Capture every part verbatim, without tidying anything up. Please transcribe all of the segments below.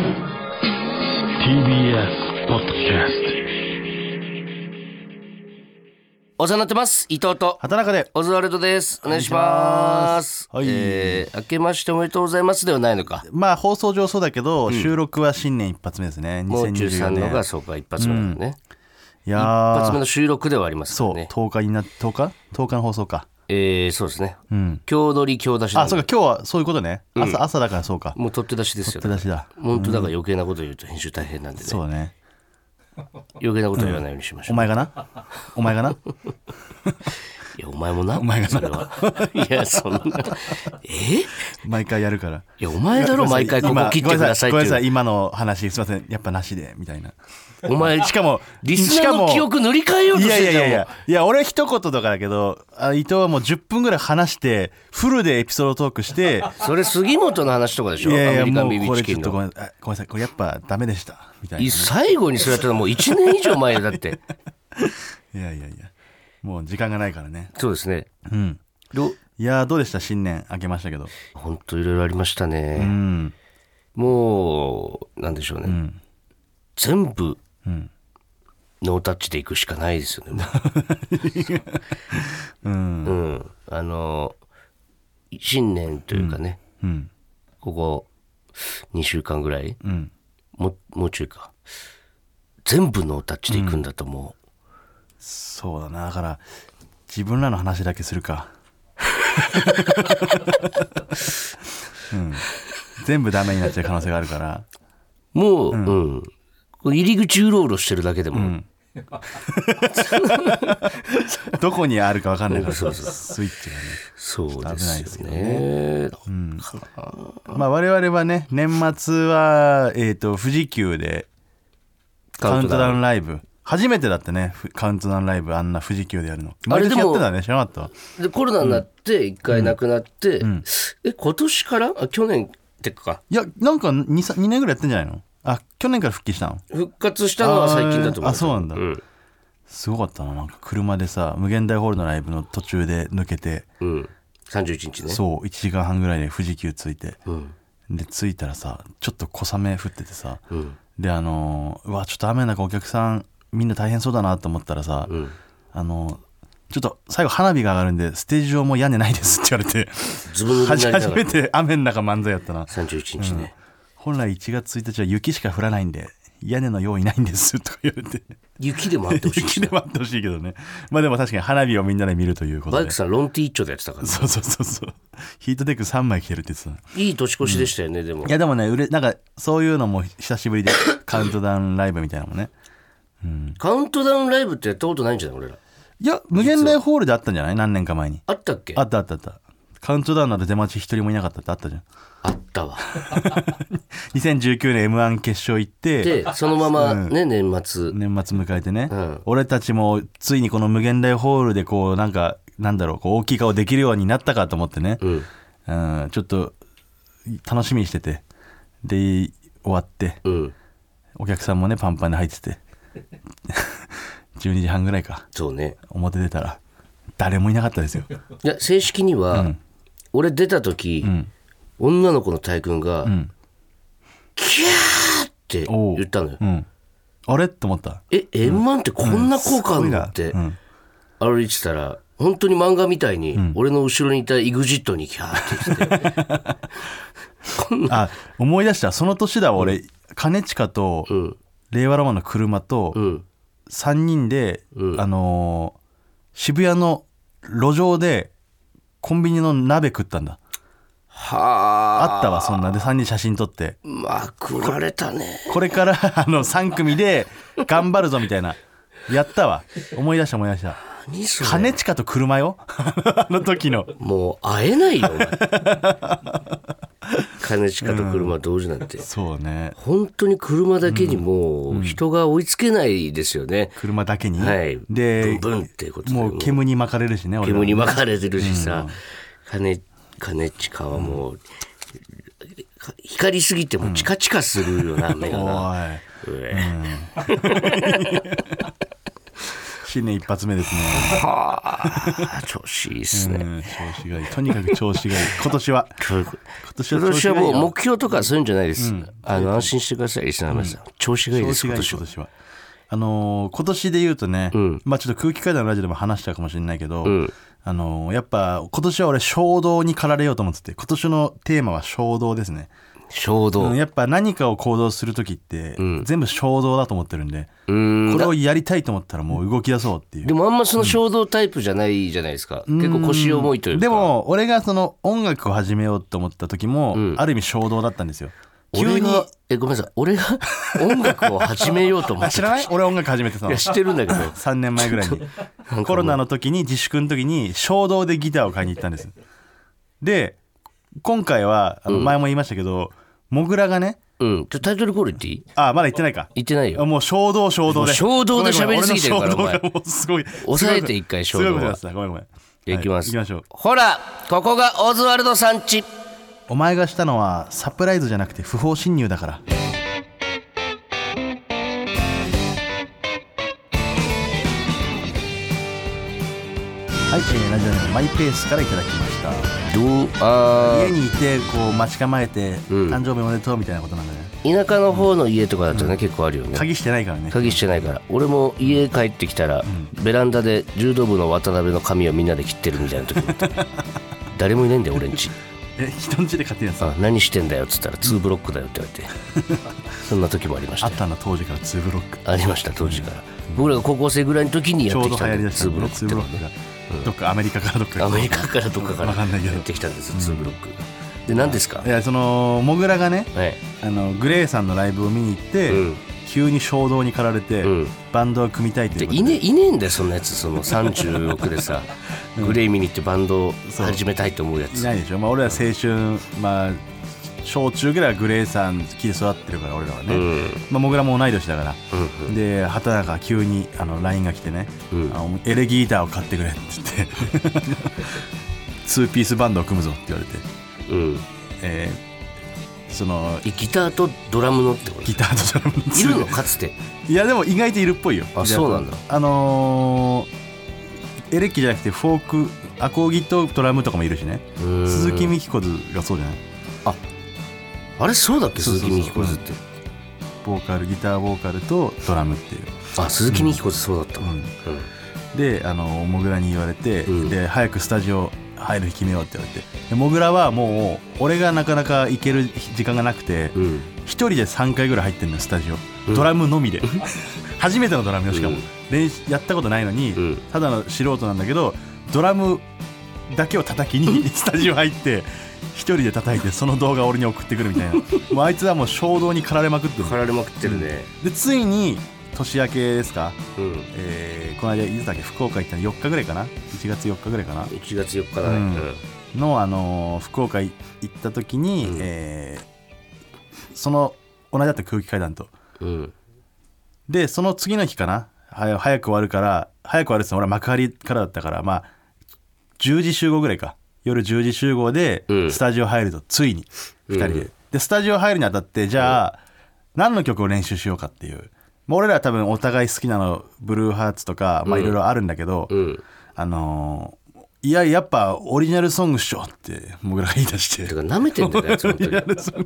ービーエス ポッドキャスト。 お世話になってます。伊藤と畑中でオズワルドです。お願いします。 はい、 えー、明けましておめでとうございますではないのか。 まあ放送上そうだけど、うん、収録は新年一発目ですね。 もう中さんのがそうか一発目だね、うん、いや一発目の収録ではありますからね。 そうとおかになってとおかとおかの放送か。 えー、そうですね、 うん、 今日撮り今日出しなんで。 あ、そうか今日はそういうことね、うん、朝, 朝だからそうかもう取って出しですよ、ね、 取って出しだ。 本当だから余計なこと言うと編集大変なんでね、 うん、そうね余計なこと言わないようにしましょう、 うん、お前がなお前がないやお前もなお前がなそれはいやそんなえ毎回やるから。 いやお前だろ毎回ここ切ってくださいっていう。 ごめんなさい今の話すいませんやっぱなしでみたいな。 お前しかもリスナーの記憶塗り替えようとしてるじゃん。 いやいやいやいや俺一言とかだけど伊藤はもうじゅっぷんぐらい話してフルでエピソードトークしてそれ杉本の話とかでしょ。 いやいやアメリカンもうこれビビチキンのちょっとごめんごめんなさいこれやっぱダメでしたみたいな、ね、 最後にそれやったらもういちねん以上前だっていやいやいやもう時間がないからね。 そうですね、 うん、いやどうでした新年明けましたけど。 本当いろいろありましたね、 うん、 もうなんでしょうね、うん、全部、 うんノータッチでいくしかないですよねうん、 うん、あの新年というかね、 うんうん、 ここにしゅうかんぐらい、 うん、 も, もうちょいか全部ノータッチでいくんだと思う、うん、 そうだな。だから自分らの話だけするか、うん、全部ダメになっちゃう可能性があるからもう、うんうん、入り口うろうろしてるだけでも、うんどこにあるか分かんないからそうそうスイッチがねそうですよね。 危ないですけどね、うん、まあ我々はね年末は、えーと、富士急でカウントダウンライブ初めてだったね。カウントダウンライブあんな富士急でやるの毎年やってたね。知らなかったでコロナになって一回なくなって、うんうん、え今年からあ去年ってかいやなんか 2, にねんぐらいやってんじゃないの。あ去年から復帰したの。 復活したのは最近だと思う。 あそうなんだ、うん、すごかったな。なんか車でさ無限大ホールのライブの途中で抜けて、 うん、さんじゅういちにちね。 そういちじかんはんぐらいで富士急着いて、 うん、 で着いたらさちょっと小雨降っててさ、 うん、 であのー、うわちょっと雨の中お客さんみんな大変そうだなと思ったらさ、 うん、あのー、ちょっと最後花火が上がるんでステージ上も屋根ないですって言われてズブズブになりながら初めて雨の中漫才やったな。 さんじゅういちにちね、 うん、本来いちがつついたちは雪しか降らないんで屋根の用意ないんですとか言われて雪でもあってほしい雪でもあってほしいけどね。まあでも確かに花火をみんなで見るということでバイクさんロンティー一丁でやってたから、ね、 そうそうそうそうヒートテックさんまい着てるって言ってた。 いい年越しでしたよね、うん、でもいやでもねうれなんかそういうのも久しぶりでカウントダウンライブみたいなのもね、うん、 カウントダウンライブってやったことないんじゃない俺ら。いや無限大ホールであったんじゃない何年か前に。 あったっけ。 あったあったあった。カウントダウンなど出待ち一人もいなかったってあったじゃん。 あったわにせんじゅうきゅうねん エムワン 決勝行ってでそのままね、うん、年末年末迎えてね、 うん、 俺たちもついにこの無限大ホールでこうなんかなんだろうこう大きい顔できるようになったかと思ってね、 うんうん、ちょっと楽しみにしててで終わって、 うん、 お客さんもねパンパンで入っててじゅうにじはんぐらいか。 そうね表出たら誰もいなかったですよ。 いや正式には、うん、俺出た時、うん、女の子の大君が、うん、キャーって言ったのよ、 うん、あれって思った。 え円満ってこんな効果あるの、うん、って、うん、歩いてたら本当に漫画みたいに、うん、俺の後ろにいた イグジット にキャーって言ってあ思い出した。その年だ俺、うん、兼近と、うん、令和ロマンの車と、うん、さんにんで、うん、あのー、渋谷の路上でコンビニの鍋食ったんだ。 はああったわそんなでさんにん写真撮って。 まあ食られたね。 これからあのさん組で頑張るぞみたいなやったわ。思い出した思い出した。 何それ兼近と車よあの時の。 もう会えないよお前兼近と車同時なんて、うん、 そうね本当に車だけにもう人が追いつけないですよね、 うん、車だけに、 はい、 でブンブンっていうことでもう煙に巻かれるしね。俺煙に巻かれてるしさ、うん、兼兼近はもう、うん、光りすぎてもチカチカするよな、うん、目がな、 おい、うん、 新年一発目ですね。 はあ調子いいっすね、 うん、調子がいい。とにかく調子がいい。今年は今年は調子がいい。今年はもう目標とかそういうんじゃないです、うん、あの安心してくださいリスナーの皆さん、うん、調子がいいです。今年は今年はあのー、今年で言うとね、うん、まあちょっと空気階段のラジオでも話したかもしれないけど、うん、あのー、やっぱ今年は俺衝動に駆られようと思ってて、今年のテーマは衝動ですね。 衝動、 うん、やっぱ何かを行動するときって、うん、全部衝動だと思ってるんで、うん、これをやりたいと思ったらもう動き出そうっていう。 でもあんまその衝動タイプじゃないじゃないですか、うん、結構腰重いというか。 でも俺がその音楽を始めようと思った時も、うん、ある意味衝動だったんですよ。 急にえごめんなさい、俺が音楽を始めようと思って知らない？俺音楽始めてたの。 いや知ってるんだけどさんねんまえぐらいにコロナの時に自粛の時に衝動でギターを買いに行ったんです。で今回はあの前も言いましたけど、うん、モグラがね、 うん、ちょタイトルコール言っていい？ あまだ言ってないか。 言ってないよ。 もう衝動衝動で衝動で喋りすぎてるからお前。 もうすごい抑えて一回衝動は。 すごいごめんごめん。 いきます、 はい、行きましょう。 ほらここがオズワルドさんち。 お前がしたのはサプライズじゃなくて不法侵入だから。はい、えー、ラジオネームマイペースからいただきました。 どうあ家にいてこう待ち構えて、うん、誕生日おめでとうみたいなことなんだね。 田舎の方の家とかだとね、うん、結構あるよね。 鍵してないからね。 鍵してないから。俺も家帰ってきたら、うん、ベランダで柔道部の渡辺の髪をみんなで切ってるみたいな時も誰もいないんだよ俺んち。 え人んちで買ってるやつ。 あ何してんだよっつったらツーブロックだよって言われてそんな時もありました。 あったの当時からツーブロックありました当時から、うん、僕らが高校生ぐらいの時にやってきたんでツーブロックってのが、 うん、どっかアメリカからどっかアメリカからどっかからやってきたんです、うん、ツーブロックが。で何ですか？ いやそのモグラがね、はい、あのグレイさんのライブを見に行って、うん、急に衝動に駆られて、うん、バンドを組みたいということで。 いねいねえんだよそんなやつ。そのさんじゅうろくでさグレイ見に行ってバンドを始めたいと思うやついないでしょ。まあ、俺ら青春、まあ、小中ぐらいはグレイさん好きで育ってるから俺らはね、うんまあ、モグラも同い年だから、うんうん、で畑中急にあの ライン が来てね、うん、あのエレギターを買ってくれって言ってツーピースバンドを組むぞって言われて、うんえー、そのギターとドラムのってこと？ ギターとドラムのいるのかつて。 いやでも意外といるっぽいよ。 あそうなんだ。 あのーエレキじゃなくてフォークアコギとドラムとかもいるしね。鈴木美希子図がそうじゃない？ああれそうだっけ？鈴木美希子図ってボーカルギターボーカルとドラムっていう。 あ鈴木美希子図そうだった、うんうん、 であのモグラに言われて、うん、で早くスタジオ入る日決めようって言われて、でモグラはもう俺がなかなか行ける時間がなくて一、うん、人でさんかいぐらい入ってるのスタジオ、うん、ドラムのみで初めてのドラムよしかも、うん練習やったことないのに、うん、ただの素人なんだけどドラムだけを叩きにスタジオ入って一人で叩いてその動画を俺に送ってくるみたいなもうあいつはもう衝動に駆られまくってる駆られまくってるね、 うん、でついに年明けですか、うんえー、この間いつだっけ福岡行ったのよっかぐらいかな、いちがつよっかぐらいかな、 いちがつよっかだね、 うん、の、あのー、福岡行った時に、うんえー、その同じだった空気階段と、うん、でその次の日かな早く終わるから早く終わるって俺は幕張からだったから、まあじゅうじ集合ぐらいか、夜じゅうじ集合でスタジオ入ると、ついにふたりで、うん、でスタジオ入るにあたってじゃあ、うん、何の曲を練習しようかっていう、まあ、俺らは多分お互い好きなのブルーハーツとかまあいろいろあるんだけど、うん、あのー、いややっぱオリジナルソングしようって僕らが言い出して、 てか舐めてんだよねその時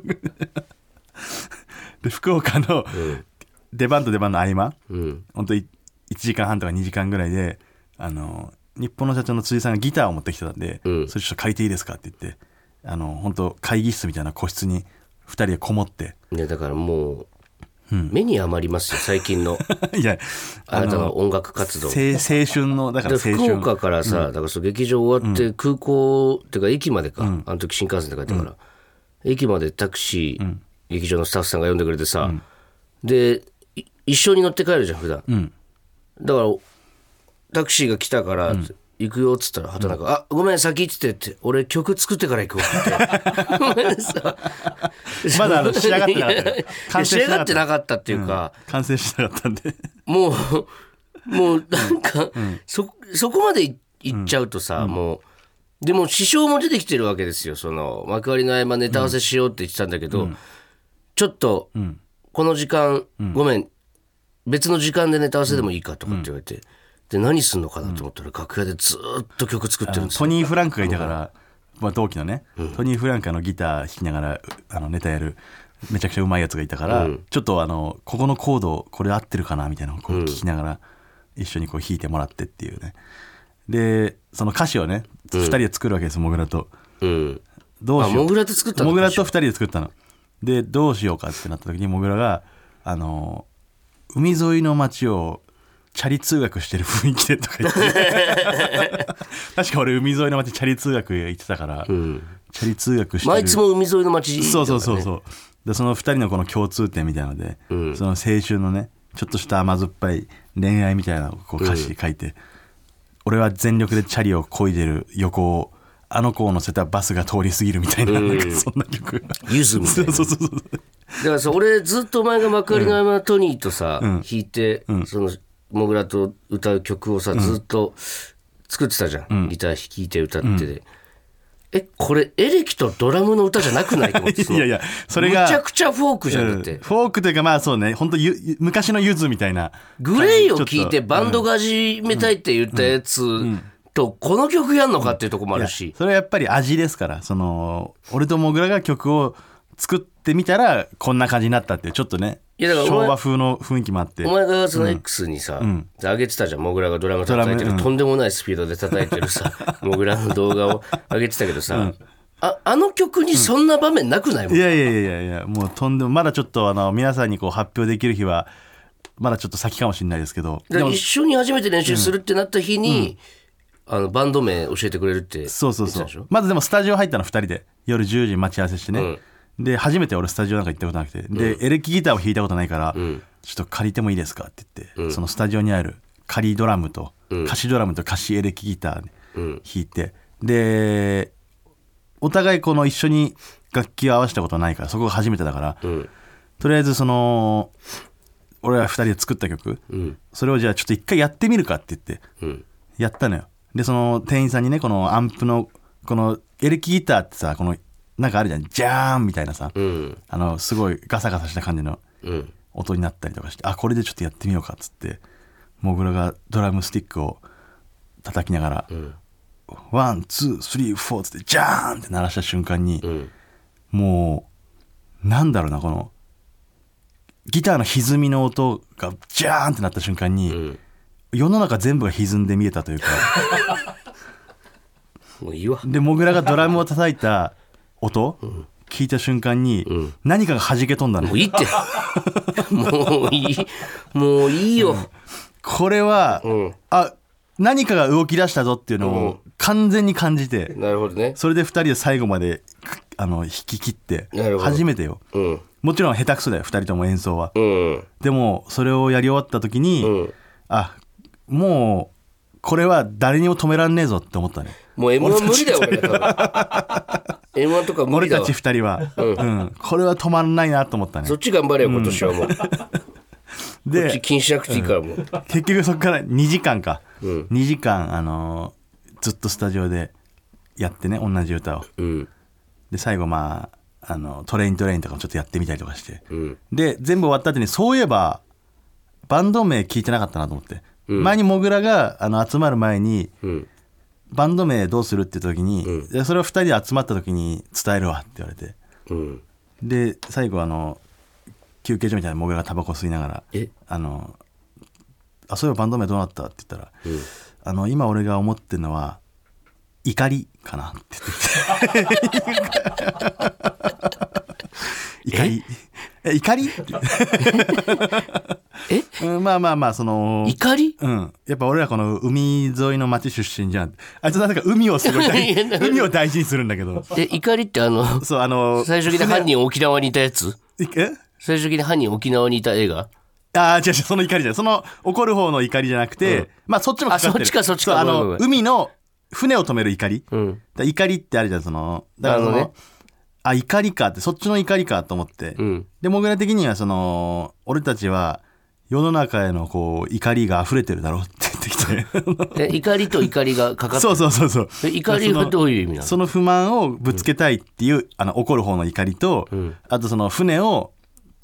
で福岡の出番と出番の合間、うん、本当にいちじかんはんとかにじかんぐらいで、あの日本の社長の辻さんがギターを持ってきてたんで、うん、それちょっと借りていいですかって言って、あの本当会議室みたいな個室にふたりでこもって、 いやだからもう、うん、目に余りますよ最近のいやあなたの音楽活動、青春のだから青春、 福岡からさ、うん、だからその劇場終わって空港、うん、っていうか駅までか、うん、あの時新幹線で帰ったから、うん、駅までタクシー、うん、劇場のスタッフさんが呼んでくれてさ、うん、で一緒に乗って帰るじゃん普段、うんだからタクシーが来たから行くよっつったら畑中、うん、あごめん先行ってって俺曲作ってから行くわってごめんさまだあの仕上がってなかった完成仕上がってなかったっていうか、 うん、完成しなかったんでもうもうなんか、うん、そ, そこまで行っちゃうとさ、うん、もうでも支障も出てきてるわけですよ。その幕張の合間ネタ合わせしようって言ってたんだけど、うん、ちょっと、うん、この時間、うん、ごめん別の時間でネタ合わせでもいいかとかって言われて、うん、 で何すんのかなと思ったら、楽屋でずっと曲作ってるんですよ。 トニー・フランクがいたから、まあ、同期のね、うん、トニー・フランクのギター弾きながらあのネタやるめちゃくちゃうまいやつがいたから、うん、ちょっとあのここのコードこれ合ってるかなみたいなのをこう聞きながら一緒にこう弾いてもらってっていうね。でその歌詞をねふたりで作るわけです、モグラと、うん、どうしよう、 モグラと作ったの、 モグラとふたりで作ったので、どうしようかってなった時にモグラがあの海沿いの街をチャリ通学してる雰囲気でとか言って確か俺海沿いの街チャリ通学行ってたから、うん、チャリ通学してる、 毎日も海沿いの街、ね、 そうそうそうそうでそのふたりのこの共通点みたいなので、うん、その青春のねちょっとした甘酸っぱい恋愛みたいなこう歌詞書いて、うん、俺は全力でチャリを漕いでる横をあの子を乗せたバスが通り過ぎるみたいな、うん、なんかそんな曲ゆずみたいな。 そうそうそうそうだからさ、俺ずっとお前が幕張の山のトニーとさ、うん、弾いて、うん、そのモグラと歌う曲をさずっと作ってたじゃん、うん、ギター弾いて歌ってで、うん、えこれエレキとドラムの歌じゃなくないと思っていやいやそれがむちゃくちゃフォークじゃん、だって、 うん、フォークというかまあそうね本当昔のユズみたいなグレイを聴いてバンドが始めたいって言ったやつ、うんうんうんとこの曲やんのかっていうところもあるし、 それはやっぱり味ですから、その俺とモグラが曲を作ってみたらこんな感じになったっていうちょっとね昭和風の雰囲気もあって、 お前がその X にさ、うん、上げてたじゃん、モグラがドラム叩いてる、うん、とんでもないスピードで叩いてるさモグラの動画を上げてたけどさ、うん、あ, あの曲にそんな場面なくないもん、 うん、いやいやいやいやもうとんでもまだちょっとあの皆さんにこう発表できる日はまだちょっと先かもしれないですけど、 でも一緒に初めて練習するってなった日に、うんうんあのバンド名教えてくれるって言ってたでしょ。 そうそうそうまずでもスタジオ入ったのふたりで夜じゅうじ待ち合わせしてね、うん、で初めて俺スタジオなんか行ったことなくてで、うん、エレキギターを弾いたことないから、うん、ちょっと借りてもいいですかって言って、うん、そのスタジオにある仮ドラムと、うん、貸しドラムと貸しエレキギターで弾いて、うん、でお互いこの一緒に楽器を合わせたことないからそこが初めてだから、うん、とりあえずその俺らふたりで作った曲、うん、それをじゃあちょっと一回やってみるかって言って、うん、やったのよ。でその店員さんにねこのアンプのこのエレキギターってさこのなんかあるじゃんジャーンみたいなさ、うん、あのすごいガサガサした感じの音になったりとかして、うん、あこれでちょっとやってみようかっつってモグラがドラムスティックを叩きながら、うん、ワンツースリーフォーっつってジャーンって鳴らした瞬間に、うん、もうなんだろうなこのギターの歪みの音がジャーンってなった瞬間に、うん世の中全部が歪んで見えたというかもういいわ。 でモグラがドラムを叩いた音、うん、聞いた瞬間に、うん、何かが弾け飛んだの。 もういいってもういいもういいよ、うん、 これは、うん、あ何かが動き出したぞっていうのを完全に感じて、 うん、なるほどね。 それでふたりで最後まであの弾き切って初めてよ、うん、もちろん下手くそだよふたりとも演奏は、うん、でもそれをやり終わった時に、うん、あもうこれは誰にも止めらんねえぞって思ったね。 もう エムワン 無理だよ俺多分エムワン とか無理だわ。 俺たちふたりは、うんうん、これは止まんないなと思ったね。 そっち頑張れよ今年はもう、うん、でこっち気にしなくていいからもう、うん、 結局そっからにじかんか、うん、にじかん、あのー、ずっとスタジオでやってね同じ歌を、うん、で最後まあ、あのトレイントレインとかもちょっとやってみたりとかして、うん、で全部終わった後にそういえばバンド名聞いてなかったなと思って、うん、前にモグラがあの集まる前に、うん、バンド名どうするって言った時に、うん、それをふたりで集まった時に伝えるわって言われて、うん、で最後あの休憩所みたいなモグラがタバコ吸いながらあのあそういえばバンド名どうなったって言ったら、うん、あの今俺が思ってるのは怒りかなって言ってきて怒りえ怒りえ、うん、まあまあまあその怒り、 うん、やっぱ俺らこの海沿いの町出身じゃん。あいつなんか海をすごい大海を大事にするんだけど。 で怒りってあのそうあの最終的に犯人沖縄にいたやつ。 え最終的に犯人沖縄にいた映画。 ああ違う違うその怒りじゃん。その怒る方の怒りじゃなくて、うん、まあそっちもかかってる。 あそっちかそっちか。 あの海の船を止める怒り、うん、だ怒りってあるじゃん。そのだからその、ね、あ怒りかってそっちの怒りかと思って、うん、でモグラ的にはその俺たちは世の中へのこう怒りが溢れてるだろうって言ってきて怒りと怒りがかかってる。 そうそうそうそう怒りはどういう意味なの。 その不満をぶつけたいっていう、うん、あの怒る方の怒りと、うん、あとその船を止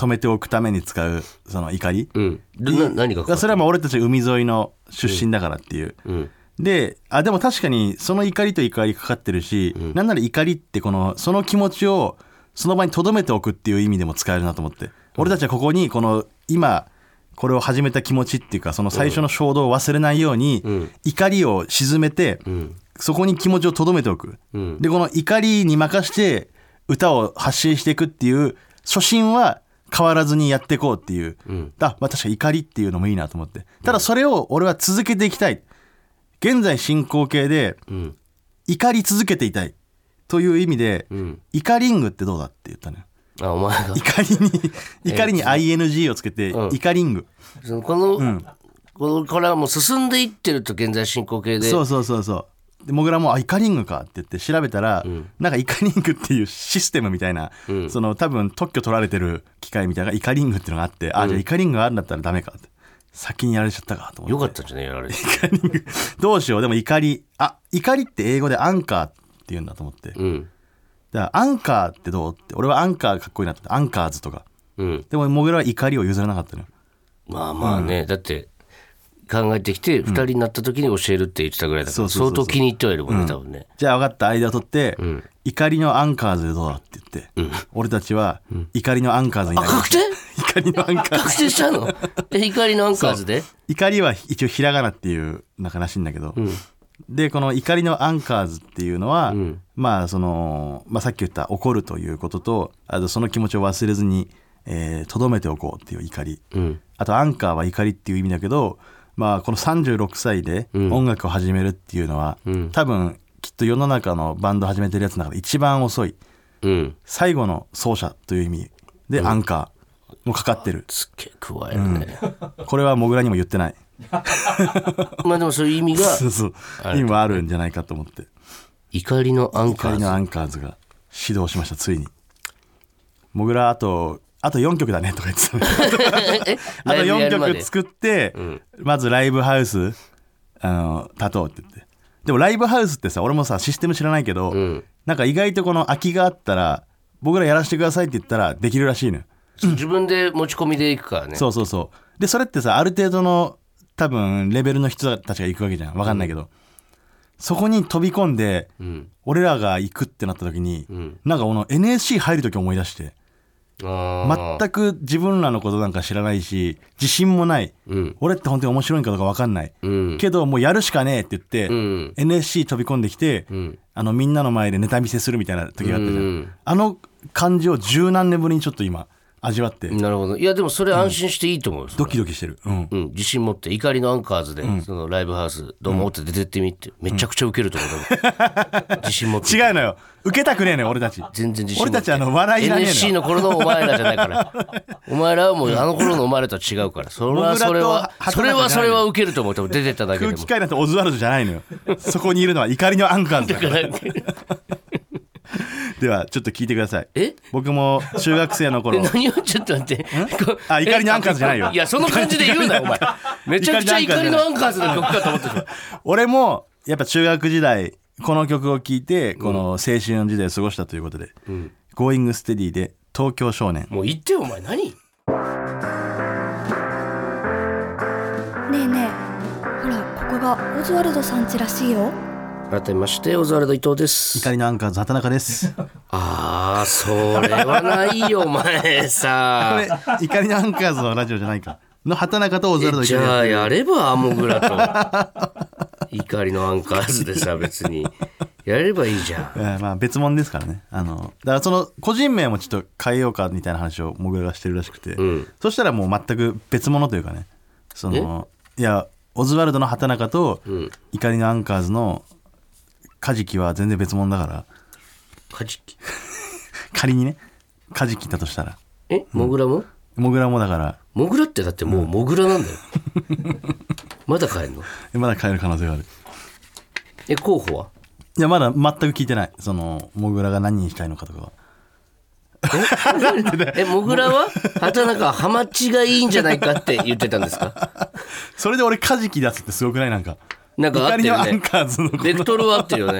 止めておくために使うその怒り、 うん、な何がかかってる？ それはまあ俺たち海沿いの出身だからっていう、うんうん、であでも確かにその怒りと怒りかかってるし、うん、なんなら怒りってこのその気持ちをその場に留めておくっていう意味でも使えるなと思って、うん、俺たちはここにこの今これを始めた気持ちっていうかその最初の衝動を忘れないように、うん、怒りを鎮めて、うん、そこに気持ちを留めておく、うん、でこの怒りに任して歌を発信していくっていう初心は変わらずにやっていこうっていう、うん、あ、まあ、確かに怒りっていうのもいいなと思って、ただそれを俺は続けていきたい、現在進行形で怒り続けていたいという意味で、うん、怒リングってどうだって言ったのよ。 あ、お前が怒りに怒りに アイエヌジー をつけて、うん、怒リング、 この、うん、このこれはもう進んでいってると現在進行形で、 そうそうそうそうでモグラもあイカリングかって言って調べたら、うん、なんかイカリングっていうシステムみたいな、うん、その多分特許取られてる機械みたいなイカリングっていうのがあって、うん、あじゃあイカリングがあるんだったらダメかって先にやられちゃったかと思って、 よかったんじゃねえやられてイカリングどうしよう、でも怒りあ怒りって英語でアンカーっていうんだと思って、うん、だからアンカーってどうって俺はアンカーかっこいいなと思ってアンカーズとか、うん、でもモグラは怒りを譲らなかったのよ。 まあまあね、うん、だって考えてきてふたりになった時に教えるって言ってたぐらいだから相当気に入ってはいるもんね、うん、多分ね。 じゃあ分かった間を取って、うん、怒りのアンカーズでどうだって言って、うん、俺たちは怒りのアンカーズになります。 あ、確定？怒りのアンカーズ確定したの？え怒りのアンカーズで怒りは一応ひらがなっていうなんからしいんだけど、うん、でこの怒りのアンカーズっていうのは、うん、まあその、まあ、さっき言った怒るということとあとその気持ちを忘れずにえー、留めておこうっていう怒り、うん、あとアンカーは怒りっていう意味だけど、まあ、このさんじゅうろくさいで音楽を始めるっていうのは、うん、多分きっと世の中のバンド始めてるやつの中で一番遅い、うん、最後の奏者という意味でアンカーもかかってる、うん、 すっげえ加えるね、 うん、これはモグラにも言ってないまあでもそういう意味がそうそう意味もあるんじゃないかと思って、 怒りのアンカーズ怒りのアンカーズが始動しました。ついにモグラあとあとよんきょくだねとか言ってたねあとよんきょく作って、うん、まずライブハウスあの立とうって言って、でもライブハウスってさ俺もさシステム知らないけど、うん、なんか意外とこの空きがあったら僕らやらせてくださいって言ったらできるらしいのよ。 自分で持ち込みでいくからね。 そうそうそうでそれってさある程度の多分レベルの人たちが行くわけじゃん、分かんないけど、うん、そこに飛び込んで、うん、俺らが行くってなった時に、うん、なんかこの エヌエスシー 入る時思い出して、あ全く自分らのことなんか知らないし自信もない、うん、俺って本当に面白いかどうか分かんない、うん、けどもうやるしかねえって言って、うん、エヌエスシー 飛び込んできて、うん、あのみんなの前でネタ見せするみたいな時があったじゃん、うん、あの感じを十何年ぶりにちょっと今味わって。 なるほど。いやでもそれ安心していいと思う、うん、 ドキドキしてる、うんうん、自信持って怒りのアンカーズで、うん、そのライブハウスどうもって出てってみって、めちゃくちゃウケると思う、うん、自信持って違うのよ、受けたくねえのよ俺たち。 全然自信持って俺たちあの笑いいらねえのエヌエスシー の頃のお前らじゃないからお前らはもうあの頃のお前らとは違うからそれはそれはそれはそれはウケると思う。多分出てっただけでも空気階段とオズワルドじゃないのよそこにいるのは怒りのアンカーズだからではちょっと聞いてください。 え僕も中学生の頃何をちょっと待ってあ怒りのアンカーズじゃないよ。 いやその感じで言うなお前めちゃくちゃ怒りのアンカーズの曲かと思ってた俺もやっぱ中学時代この曲を聴いてこの青春時代を過ごしたということで、うん、Going Steady で東京少年。 もう言ってよお前何。ねえねえほらここがオズワルドさん家らしいよ。 改めましてオズワルド伊藤です。 怒りのアンカーズ畑中ですあーそれはないよお前さこれ怒りのアンカーズのラジオじゃないかの畑中とオズワルド伊藤。 じゃあやればアモグラと怒りのアンカーズでさ別にやればいいじゃん。 えー、まあ別物ですからね。あのだからその個人名もちょっと変えようかみたいな話をモグラがしてるらしくて、うん、そしたらもう全く別物というかね、そのいやオズワルドの畑中と怒りのアンカーズのカジキは全然別物だから。 カジキ仮にねカジキだとしたらえモグラも、うん、 モグラもだからモグラってだってもうモグラなんだよ、うん、まだ変えるの。 まだ変える可能性がある。 え候補はいやまだ全く聞いてない。そのモグラが何にしたいのかとかはえ, えモグラは畑中はハマチがいいんじゃないかって言ってたんですかそれで俺カジキ出すってすごくない？なんかなんか合ってるよね。 怒りのアンカーズのベクトルは合ってるよね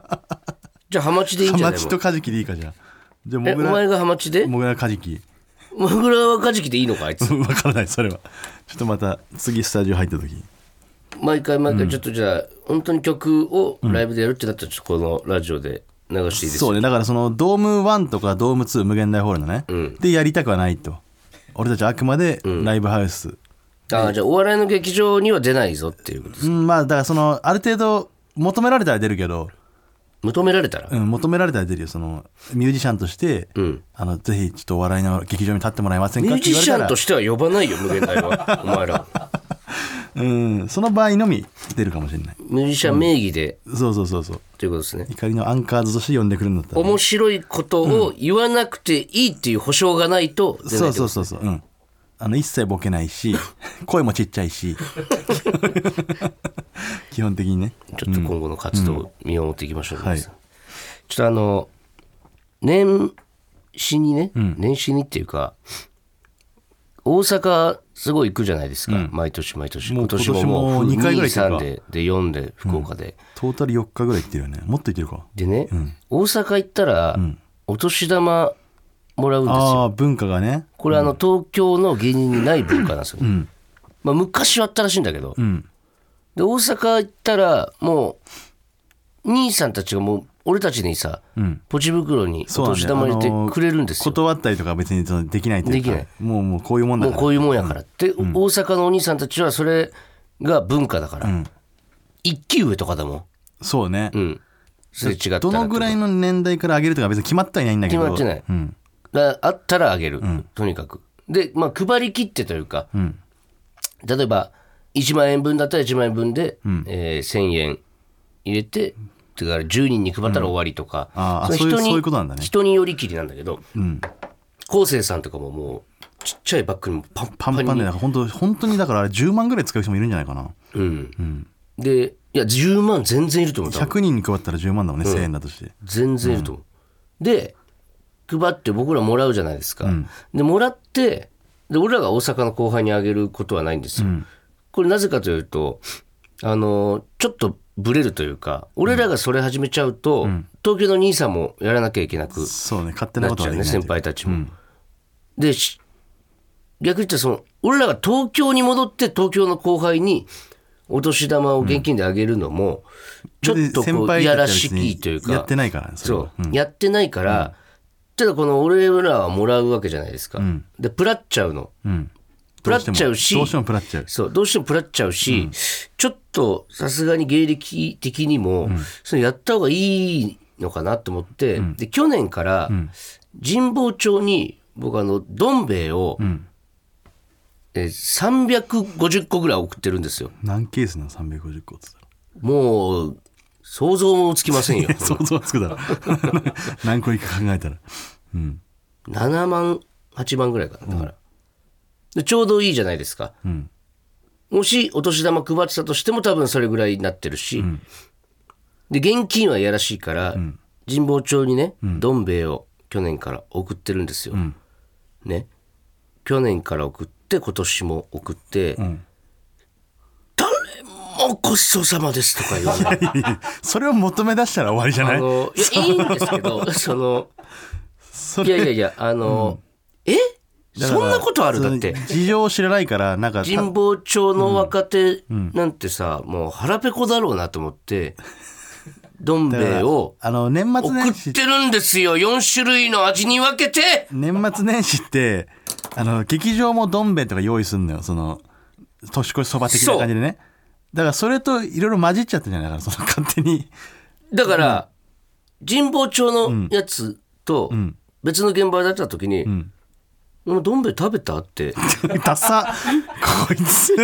じゃあハマチでいいんじゃない？ ハマチとカジキでいいか。じゃあじゃあモグラえお前がハマチでモグラカジキマグラはカジキでいいのかあいつ分からないそれは。ちょっとまた次スタジオ入った時毎回毎回ちょっとじゃあ、うん、本当に曲をライブでやるってなったらちょっとこのラジオで流していいですか。 そうね、だからそのドームワンとかドームツー無限大ホールのね、うん、でやりたくはないと。俺たちはあくまでライブハウス、うん、 ああじゃあお笑いの劇場には出ないぞっていうことですか。 うん、まあだからそのある程度求められたら出るけど。 求められたら、 うん、求められたら出るよ。そのミュージシャンとして、うん、あのぜひちょっとお笑いの劇場に立ってもらえませんかって言われたら。 ミュージシャンとしては呼ばないよ無限大はお前らうん、その場合のみ出るかもしれない。 ミュージシャン名義で、 うん、そうそうそうそうということですね。 怒りのアンカーズとして呼んでくるんだったら、ね、 面白いことを言わなくていいっていう保証がないと出ないってことですね。 そうそうそうそう、うん、あの一切ボケないし声もちっちゃいし基本的にね。 ちょっと今後の活動を見守っていきましょう、ね、うん、はい。ちょっとあの年始にね、うん、年始にっていうか大阪すごい行くじゃないですか、うん、毎年毎年。今年ももうにかいぐらい行ってるか。に、さんででよんで福岡で、うん、 トータルよっかぐらい行ってるよね。もっと行ってるか。 でね、うん、大阪行ったら、うん、お年玉もらうんですよ。 ああ文化がね。 これあの、うん、東京の芸人にない文化なんですよ、うんまあ、昔はあったらしいんだけど、うん、で大阪行ったらもう兄さんたちがもう俺たちにさ、うん、ポチ袋にお年玉入れてくれるんですよ、ね、 断ったりとか別にできないというか。できない。もう、もうこういうもんだから。 もうこういうもんやから、うん、で、うん、大阪のお兄さんたちはそれが文化だから、うん、一期上とかだもん。 そうね、 うん、それ違ったらどのぐらいの年代から上げるとか別に決まってはいないんだけど。 決まってない、うん、だあったら上げる、うん、とにかく。で、まあ、配り切ってというか、うん、例えばいちまんえんぶんだったらいちまんえんぶんで、うんえー、せんえん入れてだからじゅうにんに配ったら終わりとか、うん、あそ人にそういう、そういうことなんだね。 人によりきりなんだけど、うん、昴生さんとかももうちっちゃいバッグにもパンパンにパンパンで本当本当にだからあれじゅうまんぐらい使う人もいるんじゃないかな、 うんうん、でいやじゅうまん全然いると思う。 ひゃくにんに配ったらじゅうまんだもんね、うん、せんえんだとして全然いると思う、うん、で配って僕らもらうじゃないですか、うん、でもらってで俺らが大阪の後輩にあげることはないんですよ、うん、これなぜかというとあのちょっとブレるというか俺らがそれ始めちゃうと、うん、東京の兄さんもやらなきゃいけなくなっちゃうね、 そうね、勝手なことはできない先輩たちも、うん、で逆に言ったらその俺らが東京に戻って東京の後輩にお年玉を現金であげるのも、ちょっとこういやらしきというかやってないからねそれは。 そう、うん、やってないから、うん、ただこの俺らはもらうわけじゃないですか、うん、でプラっちゃうの、うんプラっちゃうし、 どうしてもプラっちゃう。 そう、どうしてもプラっちゃうし、うん、ちょっとさすがに芸歴的にも、うん、それやった方がいいのかなと思って、うん、で去年から神保町に僕あのどん兵衛を、うん、えさんびゃくごじゅっこぐらい送ってるんですよ。 何ケースなのさんびゃくごじゅっこって言ったら。もう想像もつきませんよ。 想像つくだろ。何個いくか考えたら、うん、 ななまんはちまんぐらいかなだから。うんでちょうどいいじゃないですか、うん、もしお年玉配ってたとしても多分それぐらいになってるし、うん、で現金はやらしいから、うん、神保町にね、うん、どん兵衛を去年から送ってるんですよ、うん、ね去年から送って今年も送って、うん、誰もごちそうさまですとか言わない。 いやいやそれを求め出したら終わりじゃない。 あのいやいいんですけどそのいやいやいやあの、うん、えそんなことあるだって事情を知らないからなんか神保町の若手なんてさ、うんうん、もう腹ペコだろうなと思ってどん兵衛を送ってるんですよ。よん種類の味に分けて。 年末年始ってあの劇場もどん兵衛とか用意すんのよ。その年越しそば的な感じでね。だからそれといろいろ混じっちゃったじゃないだからその勝手にだから、うん、神保町のやつと別の現場だった時に、うんうんもうどん兵衛食べたってダサこいつ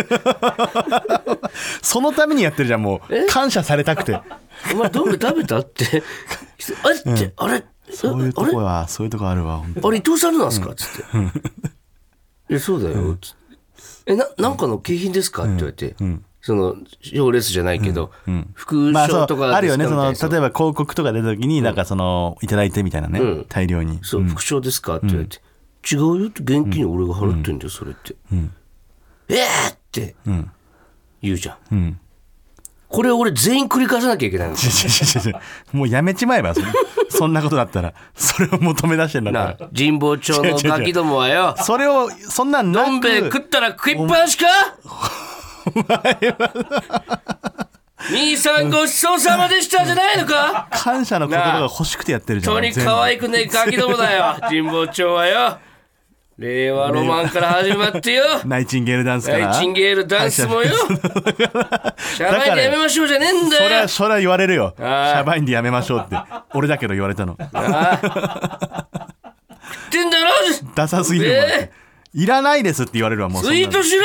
そのためにやってるじゃんもう感謝されたくてお前どん兵衛食べたってあれって、うん、あれそういうとこはそういうとこあるわ本当あれ伊藤さんなんですかっつって、うん、えそうだよつってえななんかの景品ですかって言われて、うんうんその賞レースじゃないけど、うんうん、副賞とか、 まあ、あるよねその例えば広告とか出た時に、うん、なんかそのいただいてみたいなね、うん、大量にそう、うん、副賞ですかって言われて、うん、違うよって現金俺が払ってんだよ、うん、それって、うん、えーって言うじゃん、うん、 これ俺全員繰り返さなきゃいけないの。 もうやめちまえば そ, そんなことだったらそれを求め出してんだからな神保町のガキどもはよそれをそんなんなくどん兵衛食ったら食いっぱなしか兄さんごちそうさまでしたじゃないのか。 感謝の言葉が欲しくてやってるじゃん。 本当に可愛くねえガキどもだよ神保町はよ。令和ロマンから始まってよナイチンゲールダンスからナイチンゲールダンスもよシャバインでやめましょうじゃねえんだよ。 それはそれは言われるよ。シャバインでやめましょうって俺だけど言われたの。 食ってんだろダサすぎるもん、 えー、いらないですって言われるわ。もうツイートしろ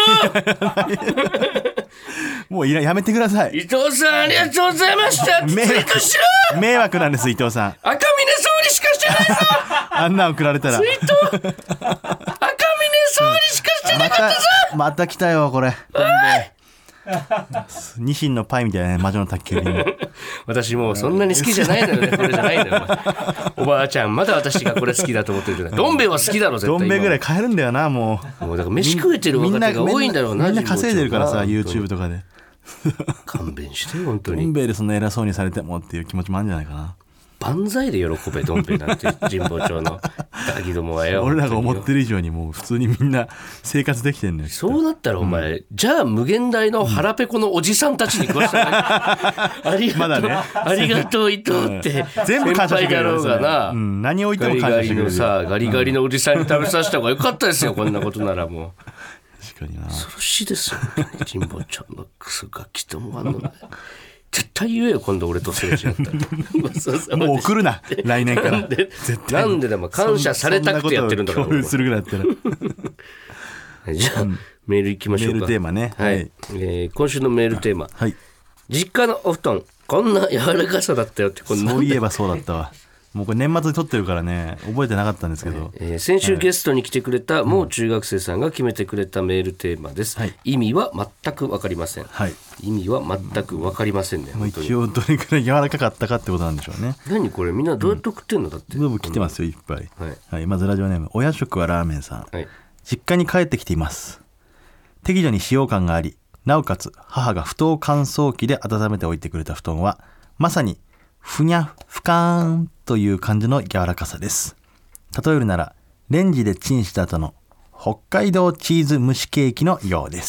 もういらやめてください。 伊藤さんありがとうございましたツイートしろ。 迷惑なんです伊藤さん。 赤峰総理しかしてないぞあんな送られたらツイート赤峰総理しかしてなかったぞ、 またまた来たよこれ。ニシンのパイみたいなね魔女の宅急便。 私もうそんなに好きじゃないのよねこれじゃないのよおばあちゃんまだ私がこれ好きだと思ってるじゃない。どん兵衛は好きだろ絶対。 どん兵衛ぐらい買えるんだよな。もうもうだから飯食えてる若手が多いんだろうな。 みんな稼いでるからさ YouTube とかで勘弁して本当どに。 ん兵衛でそんな偉そうにされてもっていう気持ちもあるんじゃないかな。 万歳で喜べどん兵衛なんて神保町のガキどもはよ。 俺らが思ってる以上にもう普通にみんな生活できてんのよ。 そうなったらお前、うん、じゃあ無限大の腹ペコのおじさんたちに食わせたら、うん、ありがとう、まだね、ありがとう伊藤って、うん、 全部感謝してくれる先輩だろうがな、 うん、何を言っても感謝してくれる。 ガリガリのさガリガリのおじさんに食べさせた方がよかったですよこんなことならもう。 確かにな恐ろしいですよ神保町のクソガキともあんの絶対言えよ今度俺と政治やったらもう送るな来年からなんでなんででも感謝されたくてやってるんだから共有するぐらいだったらじゃあ、うん、メールいきましょうか。 メールテーマね、 はい、はい、えー、今週のメールテーマ、 はい、 実家のお布団こんな柔らかさだったよって。こんなそういえばそうだったわもうこれ年末に撮ってるからね覚えてなかったんですけど、 えー、先週ゲストに来てくれたもう中学生さんが決めてくれたメールテーマです、はい、意味は全く分かりません、はい、意味は全く分かりませんね、 まあ、一応どれくらい柔らかかったかってことなんでしょうね。 何これみんなどうやって送ってんの、うん、だってどうも来てますよいっぱい、はいはい、まずラジオネーム親食はラーメンさん、はい、実家に帰ってきています。適度に使用感がありなおかつ母が布団乾燥機で温めておいてくれた布団はまさにふにゃふかーんという感じの柔らかさです。例えるならレンジでチンした後の北海道チーズ蒸しケーキのようです。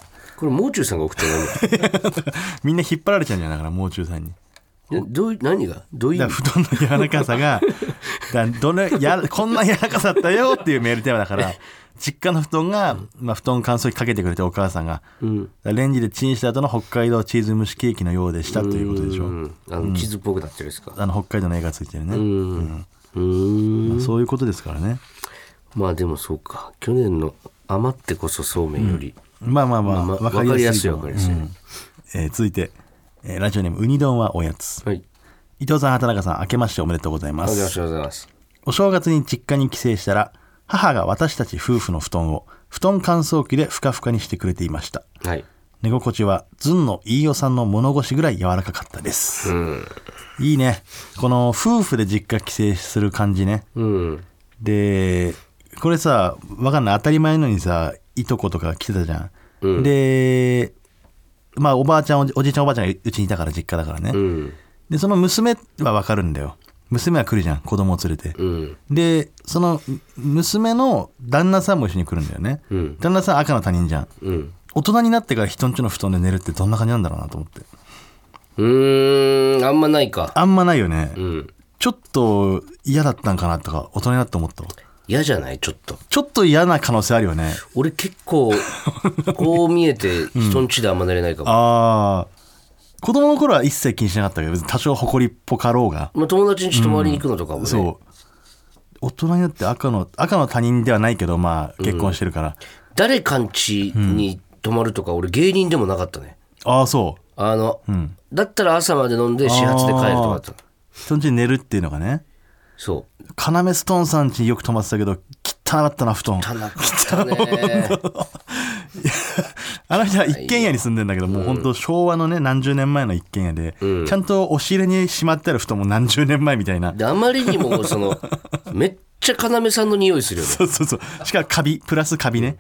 これもう中さんが送ってないみんな引っ張られちゃうんじゃないかなもう中さんに。 どう何がどういう意味。 布団の柔らかさがだどれやこんな柔らかさだったよっていうメールテーマだから実家の布団が、まあ、布団乾燥機かけてくれてお母さんが、うん、レンジでチンした後の北海道チーズ蒸しケーキのようでしたということでしょう。 うんあのチーズっぽくなってるんですか。 あの北海道の絵がついてるね。うんうんうんまあ、そういうことですからね。 まあでもそうか去年の余ってこそそうめんより、 うん、まあまあまあ、まあ、分かりやすい分かりやすい、うんえー、続いて、えー、ラジオネームウニ丼はおやつ、はい、伊藤さん畑中さん明けましておめでとうございます。 ありがとうございます。 お正月に実家に帰省したら母が私たち夫婦の布団を布団乾燥機でふかふかにしてくれていました、はい、寝心地はずんの飯尾さんの物腰ぐらい柔らかかったです。うんいいねこの夫婦で実家帰省する感じね、うん、でこれさわかんない当たり前のにさいとことか来てたじゃん、うん、でまあおばあちゃん おじ, おじいちゃんおばあちゃんがうちにいたから実家だからね、うん、でその娘はわかるんだよ。娘は来るじゃん子供を連れて、うん、でその娘の旦那さんも一緒に来るんだよね、うん、旦那さん赤の他人じゃん、うん、大人になってから人んちの布団で寝るってどんな感じなんだろうなと思って。 うーんあんまないか。 あんまないよね、うん、ちょっと嫌だったんかなとか大人になって思った。 嫌じゃないちょっとちょっと嫌な可能性あるよね。 俺結構こう見えて人んちであんま寝れないかも、うん、ああ子供の頃は一切気にしなかったけど多少誇りっぽかろうが、 まあ、友達に泊まりに行くのとかもね、うん、 そう大人になって赤の赤の他人ではないけどまあ結婚してるから、うん、 誰かんちに泊まるとか、うん、俺芸人でもなかったね。 ああそうあの、うん、だったら朝まで飲んで始発で帰るとかだった。 人んちに寝るっていうのがね。 そうカナメストーンさんちよく泊まってたけど汚かったな布団。 汚かったねあの人は一軒家に住んでんだけど、うん、もう本当昭和のね何十年前の一軒家で、うん、ちゃんと押し入れにしまってある布団も何十年前みたいな。 であまりにもそのめっちゃ要さんの匂いするよね。 そうそうそうしかもカビプラスカビね、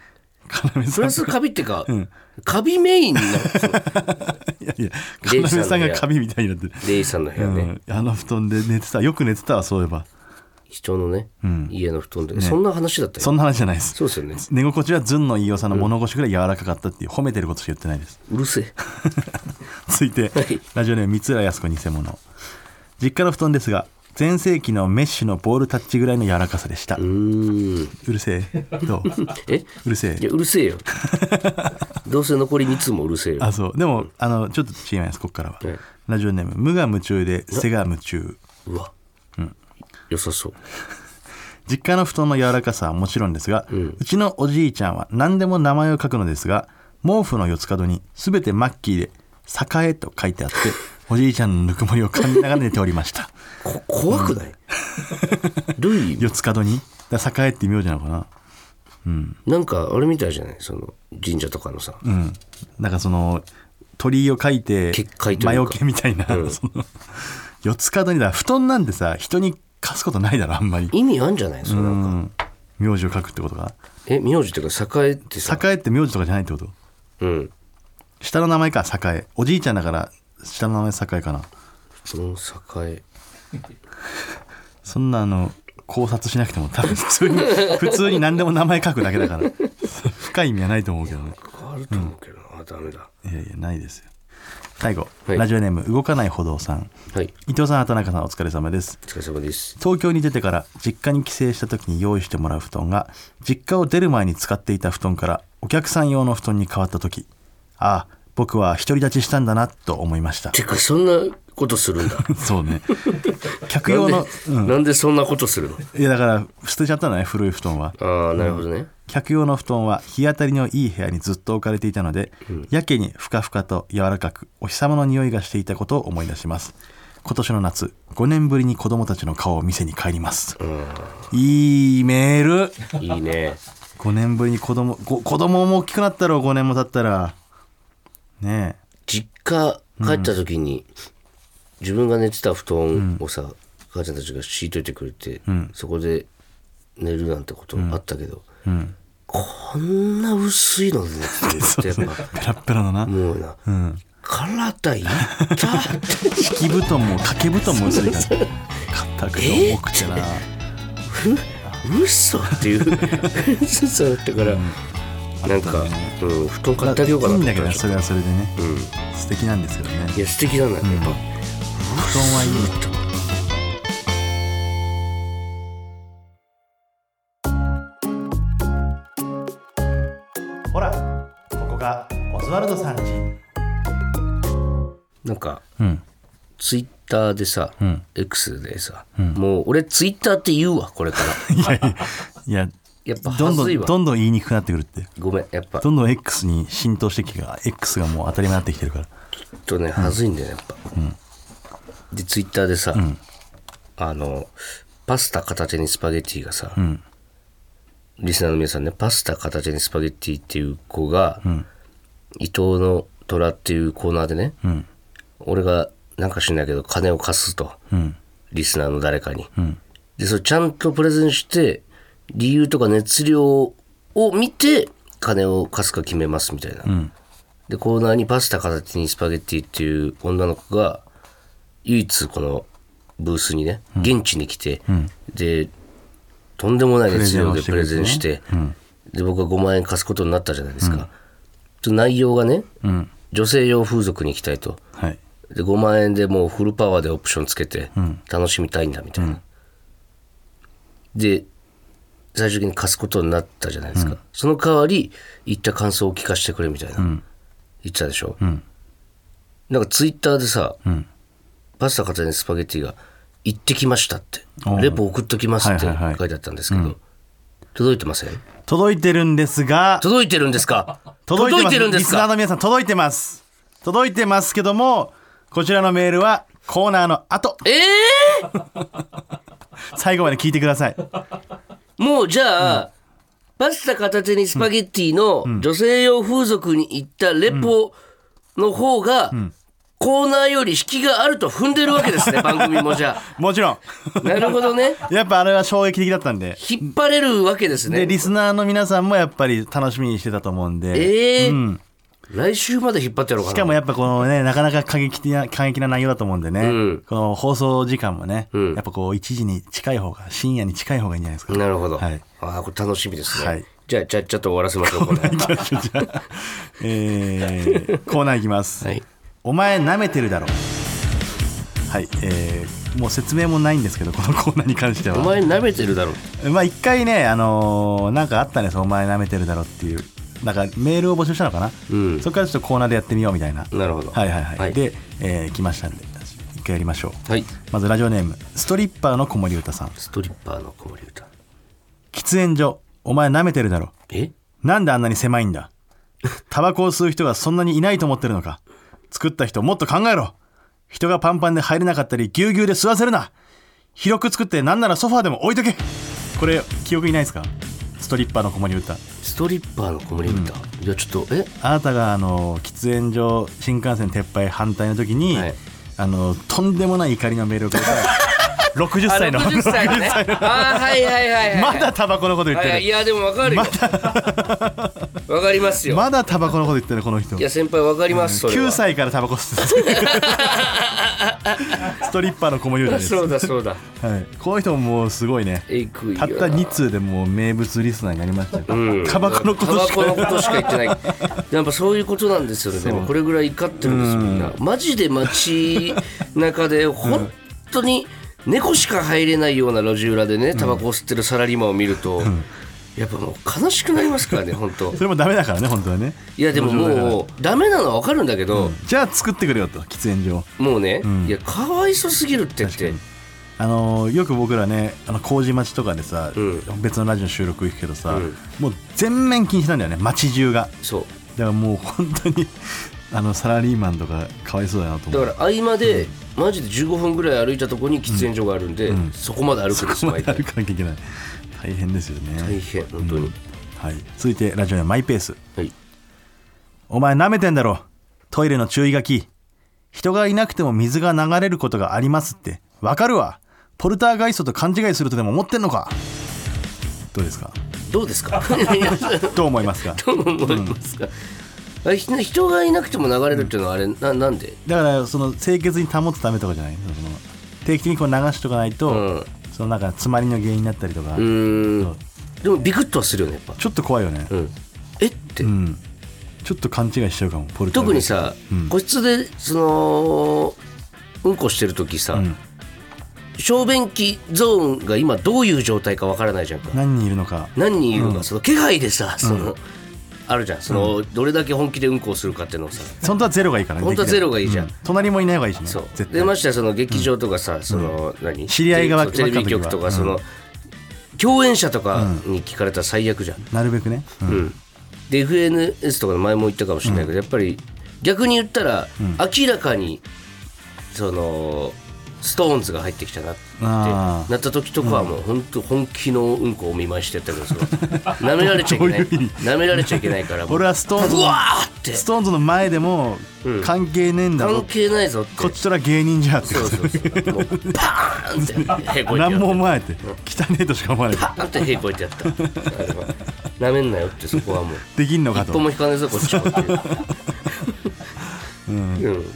プラスカビってか、うん、カビメインになる。 いやいや要さんがカビみたいになってる。 レイさんの部屋ね、 うん、あの布団で寝てた。よく寝てたわそういえば。 人のね、うん、家の布団で、 ね、 そんな話だったよ。 そんな話じゃないです。 そうですよね。 寝心地はずんの飯尾さんの物腰ぐらい柔らかかったっていう褒めてることしか言ってないです。 うるせえ。 続いて、はい、ラジオネーム三浦靖子偽物。実家の布団ですが全盛期のメッシュのボールタッチぐらいの柔らかさでした。うーん、うるせえ。どう？ え？ うるせえ。 いやうるせえよ。どうせ残りみっつもうるせえよ。 あ、そう。でも、うん、あのちょっと違います。ここからは、はい、ラジオネーム無我夢中で背が夢中。 うわ、うん、良さそう。 実家の布団の柔らかさはもちろんですが、うん、うちのおじいちゃんは何でも名前を書くのですが、毛布の四つ角に全てマッキーで栄と書いてあっておじいちゃんのぬくもりを感じながら寝ておりました。 こ怖くない？うん、どういう意味？ 四つ角にだ栄って名字なのかな、 うん、なんかあれみたいじゃない、その神社とかのさ、 うん、なんかその鳥居を書いて魔除けみたいな、うん、その四つ角にだ布団なんてさ人に貸すことないだろあんまり。 意味あるんじゃない？そのなんか名字を書くってことか。 え、名字っていうか栄ってさ、 栄って名字とかじゃないってこと？うん、下の名前か栄。おじいちゃんだから下の名前栄かな。 その栄そんなあの考察しなくても多分普通に普通に何でも名前書くだけだから深い意味はないと思うけどね。 あると思うけどな、うん、ダメだ。 いやいやないですよ。最後、はい、ラジオネーム動かない歩道さん、はい、伊藤さん畑中さんお疲れ様です。 お疲れ様です。 東京に出てから実家に帰省した時に用意してもらう布団が実家を出る前に使っていた布団からお客さん用の布団に変わった時、ああ僕は独り立ちしたんだなと思いました。 てかそんなことするんだ。 そうね。客用のなんで、 うん、なんでそんなことするの？ いやだから捨てちゃったのね古い布団は。 ああなるほどね、うん、 客用の布団は日当たりのいい部屋にずっと置かれていたので、うん、やけにふかふかと柔らかくお日様の匂いがしていたことを思い出します。今年の夏ごねんぶりに子供たちの顔を見せに帰ります。いいメール。いいね。 ごねんぶりに子供子供も大きくなったろう。ごねんも経ったらねえ。 実家帰った時に、うん、自分が寝てた布団をさ、うん、母ちゃんたちが敷いといてくれて、うん、そこで寝るなんてことあったけど、うん、こんな薄いので寝てるってやっぱペラペラのなもうな、うん、体いった敷布団も掛け布団も薄いから硬くて重くてな、えー、うっそっていう薄さだったから、うんなんか、うん、布団買ってあげようかな。 いいんだけどそれはそれでね、うん、素敵なんですけどね。 いや素敵なんだよ、うん、やっぱ布団はいい。ほらここがオズワルドさん家。 なんか、うん、ツイッターでさ、うん、X でさ、うん、もう俺ツイッターって言うわこれからいやいやいややっぱどんどんどんどん言いにくくなってくるって。 ごめんやっぱどんどん X に浸透してきて X がもう当たり前になってきてるからきっとねはずいんだよねやっぱ、うん、でツイッターでさ、うん、あのパスタ片手にスパゲッティがさ、うん、リスナーの皆さんねパスタ片手にスパゲッティっていう子が、うん、伊藤の虎っていうコーナーでね、うん、俺がなんか知んないけど金を貸すと、うん、リスナーの誰かに、うん、でそれちゃんとプレゼンして理由とか熱量を見て金を貸すか決めますみたいな、うん、でコーナーにパスタ片手にスパゲッティっていう女の子が唯一このブースにね、うん、現地に来て、うん、でとんでもない熱量でプレゼンして、うん、で僕はごまん円貸すことになったじゃないですか、うん、内容がね、うん、女性用風俗に行きたいと、はい、でごまん円でもうフルパワーでオプションつけて楽しみたいんだみたいな、うん、で最終的に貸すことになったじゃないですか、うん、その代わり言った感想を聞かせてくれみたいな、うん、言ってたでしょ、うん、なんかツイッターでさ、うん、パスタ片手にスパゲッティが行ってきましたってレポ送っときますって書いてあったんですけど、はいはいはい、届いてません？ 届いてるんですが届いてるんですか届いてるんですかリスナーの皆さん届いてます届いてますけどもこちらのメールはコーナーの後えー最後まで聞いてください。 もうじゃあ、うん、パスタ片手にスパゲッティの女性用風俗に行ったレポの方がコーナーより引きがあると踏んでるわけですね番組もじゃもちろんあなるほどねやっぱあれは衝撃的だったんで、 引っ張れるわけですね。 でリスナーの皆さんもやっぱり楽しみにしてたと思うんで、 えーうん来週まで引っ張ってやろうかな。 しかもやっぱこのねなかなか過激な過激な内容だと思うんでね、うん、この放送時間もね、うん、やっぱこういちじに近い方が深夜に近い方がいいんじゃないですか。 なるほど、 はい、 あこれ楽しみですね、はい、じゃあちゃっちゃと終わらせましょうこれえー、コーナーいきます、はい、お前舐めてるだろ。はい、えー、もう説明もないんですけどこのコーナーに関してはお前舐めてるだろ。 まあ一回ねあのー、なんかあったんですお前舐めてるだろっていうなんかメールを募集したのかな、うん、そこからちょっとコーナーでやってみようみたいな。 なるほど。 はいはいはい、はい、で、えー、来ましたんで一回やりましょう、はい、まずラジオネームストリッパーの子守歌さん。 ストリッパーの子守歌。 喫煙所お前舐めてるだろ。 えなんであんなに狭いんだ。タバコを吸う人がそんなにいないと思ってるのか。作った人もっと考えろ。人がパンパンで入れなかったりぎゅうぎゅうで吸わせるな。広く作ってなんならソファーでも置いとけ。これ記憶にないですか。ストリッパーの子守歌。 ストリッパーの子守歌、うん、いやちょっとえあなたがあの喫煙所新幹線撤廃反対の時に、はい、あのとんでもない怒りのメールをくれたろくじゅっさいのろくじゅっさいのねあはいはいはい、はい、 まだタバコのこと言ってる。 いやでも分かるよ、ま、分かりますよ。 まだタバコのこと言ってるこの人。 いや先輩分かります、うん、 きゅうさいからタバコ吸ってストリッパーの子守歌です。 そうだそうだ、 はい、この人ももうすごいね。たったに通でもう名物リスナーになりましたよ、うん、タバコのことしかタバコのことしか言ってないやっぱそういうことなんですよね。でもこれぐらい怒ってるんですみんな。マジで街中で本当に猫しか入れないような路地裏でねタバコを吸ってるサラリーマンを見ると、うん、やっぱもう悲しくなりますからね本当。 それもダメだからね本当はね。 いやでももうダメなのは分かるんだけど、うん、 じゃあ作ってくれよと喫煙所もうね、うん、いやかわいそすぎるってってあのー、よく僕らねあの麹町とかでさ、うん、別のラジオの収録行くけどさ、うん、もう全面禁止なんだよね街中が。そうだからもう本当にあのサラリーマンとかかわいそうだなと思う。 だから合間で、うん、マジでじゅうごふんぐらい歩いたところに喫煙所があるんで、うん、そこまで歩くんです。 そこまで歩かなきゃいけない。大変ですよね。 大変本当に、うんはい、続いてラジオネームマイペース、はい、お前舐めてんだろ。トイレの注意書き人がいなくても水が流れることがありますってわかるわ。ポルターガイストと勘違いするとでも思ってんのか。どうですかどうですかどう思いますかどう思いますか、うん、人がいなくても流れるっていうのはあれ な, なんでだからその清潔に保つためとかじゃない。その定期的にこう流しとかないと、うん、そのなんか詰まりの原因になったりとか。うーんでもビクッとはするよねやっぱ。 ちょっと怖いよね、うん、 えって、うん、 ちょっと勘違いしちゃうかも。ポルター特にさ、うん、個室でそのうんこしてる時さ、うん、小便器ゾーンが今どういう状態かわからないじゃんか。 何人いるのか何人いるのか、うん、その気配でさその、うん、あるじゃんその、うん、どれだけ本気でうんこをするかっていうのをさ本当はゼロがいいからね。 本当はゼロがいいじゃん、うん、 隣もいない方がいいしね。 そうでましてやその劇場とかさ、うん、その何知り合いがテレビ局とかその、うん共演者とかに聞かれたら最悪じゃん、うん、 なるべくね、うんうん、 で エフエヌエス とかの前も言ったかもしれないけど、うん、やっぱり逆に言ったら、うん、明らかにそのストーンズが入ってきたなってなった時とかはもう本当本気のうんこをお見舞いしてやったけど舐められちゃいけない舐められちゃいけないから俺はストーンズのストーンズの前でも関係ねえんだろ、 関係ないぞってこっちとら芸人じゃってそうそうそうもうパーンってへこいてやった何も思わないって汚ねえとしか思わないパーンってへこいてやった舐めんなよってそこはもうできんのかと一歩も引かねえぞこっちもっていううんうん、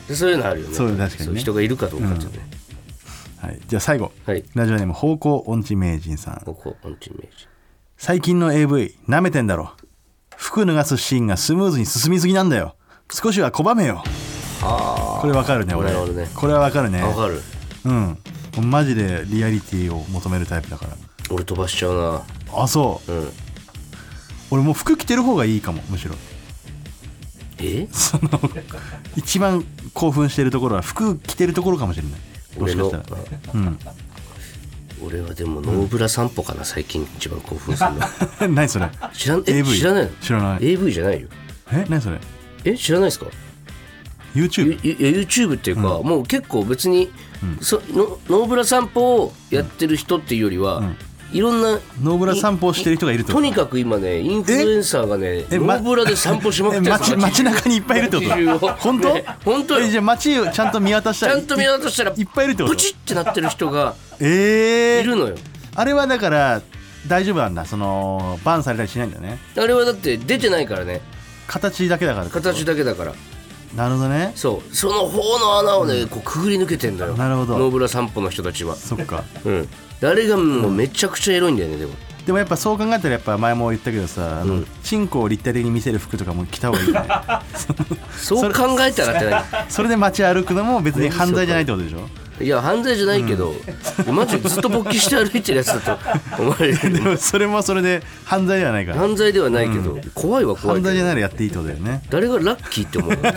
でそういうのあるよね。 そう確かにね人がいるかどうかっていうね、 うんはい、じゃあ最後、はい、ラジオネーム方向音痴名人さん。 方向音痴名人。 最近の エーブイ 舐めてんだろ。服脱がすシーンがスムーズに進みすぎなんだよ。少しは拒めよ。はこれわかるね俺。ね、これはわかるね。 わかる。 うんマジでリアリティを求めるタイプだから。 俺飛ばしちゃうな。 あそう、うん、俺もう服着てる方がいいかもむしろ。 えその一番興奮してるところは服着てるところかもしれない。もしかしたら、うん、 俺はでもノーブラ散歩かな、うん、最近一番興奮するの何それ知らん、え エーブイ 知らないの。 知らない。 エーブイ じゃないよ。 え何それ。 え知らないですか。 YouTube? いや YouTube っていうか、うん、もう結構別に、うん、そのノーブラ散歩をやってる人っていうよりは、うん、 いろんなノーブラ散歩をしてる人がいるってこととにかく今ねインフルエンサーがねえノーブラで散歩しまくってる街街中にいっぱいいるってこと本当、 ね、本当えじゃあ街をちゃんと見渡したらちゃんと見渡したらいっぱいいるってことプチってなってる人がえー、 いるのよ。 あれはだから大丈夫なんだ、そのバンされたりしないんだよね。 あれはだって出てないからね、 形だけだから。 形だけだから。 なるほどね。 そうその方の穴をねこうくぐり抜けてんだよ。 なるほど。 ノーブラ散歩の人たちは。 そっか。 うん。あれがもうめちゃくちゃエロいんだよね。でもでもやっぱそう考えたらやっぱ前も言ったけどさ、あの、うん、チンコを立体的に見せる服とかも着た方がいいよねそう考えたらってないそれで街歩くのも別に犯罪じゃないってことでしょ。 いや犯罪じゃないけど、うん、マジずっと勃起して歩いてるやつだと思われるでもそれもそれで犯罪ではないから犯罪ではないけど、うん、怖いは怖いけど犯罪じゃないらやっていいってことだよね。 誰がラッキーって思うの